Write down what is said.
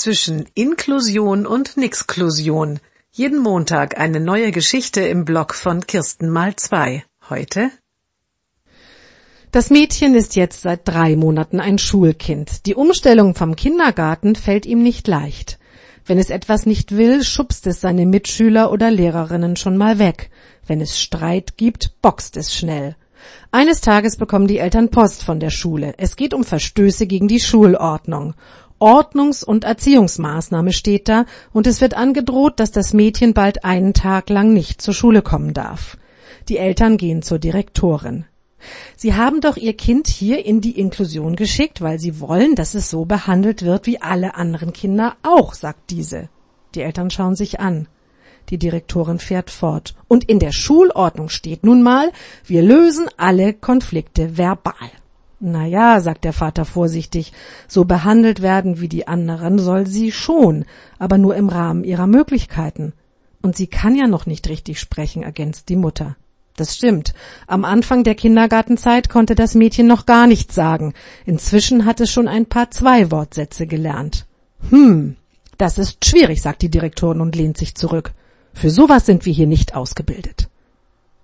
zwischen Inklusion und Nixklusion. Jeden Montag eine neue Geschichte im Blog von Kirsten mal 2. Heute: Das Mädchen ist jetzt seit 3 Monaten ein Schulkind. Die Umstellung vom Kindergarten fällt ihm nicht leicht. Wenn es etwas nicht will, schubst es seine Mitschüler oder Lehrerinnen schon mal weg. Wenn es Streit gibt, boxt es schnell. Eines Tages bekommen die Eltern Post von der Schule. Es geht um Verstöße gegen die Schulordnung. Ordnungs- und Erziehungsmaßnahme steht da und es wird angedroht, dass das Mädchen bald einen Tag lang nicht zur Schule kommen darf. Die Eltern gehen zur Direktorin. Sie haben doch Ihr Kind hier in die Inklusion geschickt, weil Sie wollen, dass es so behandelt wird wie alle anderen Kinder auch, sagt diese. Die Eltern schauen sich an. Die Direktorin fährt fort. Und in der Schulordnung steht nun mal, wir lösen alle Konflikte verbal. Na ja, sagt der Vater vorsichtig, so behandelt werden wie die anderen soll sie schon, aber nur im Rahmen ihrer Möglichkeiten. Und sie kann ja noch nicht richtig sprechen, ergänzt die Mutter. Das stimmt. Am Anfang der Kindergartenzeit konnte das Mädchen noch gar nichts sagen. Inzwischen hat es schon ein paar Zwei-Wortsätze gelernt. Das ist schwierig, sagt die Direktorin und lehnt sich zurück. Für sowas sind wir hier nicht ausgebildet.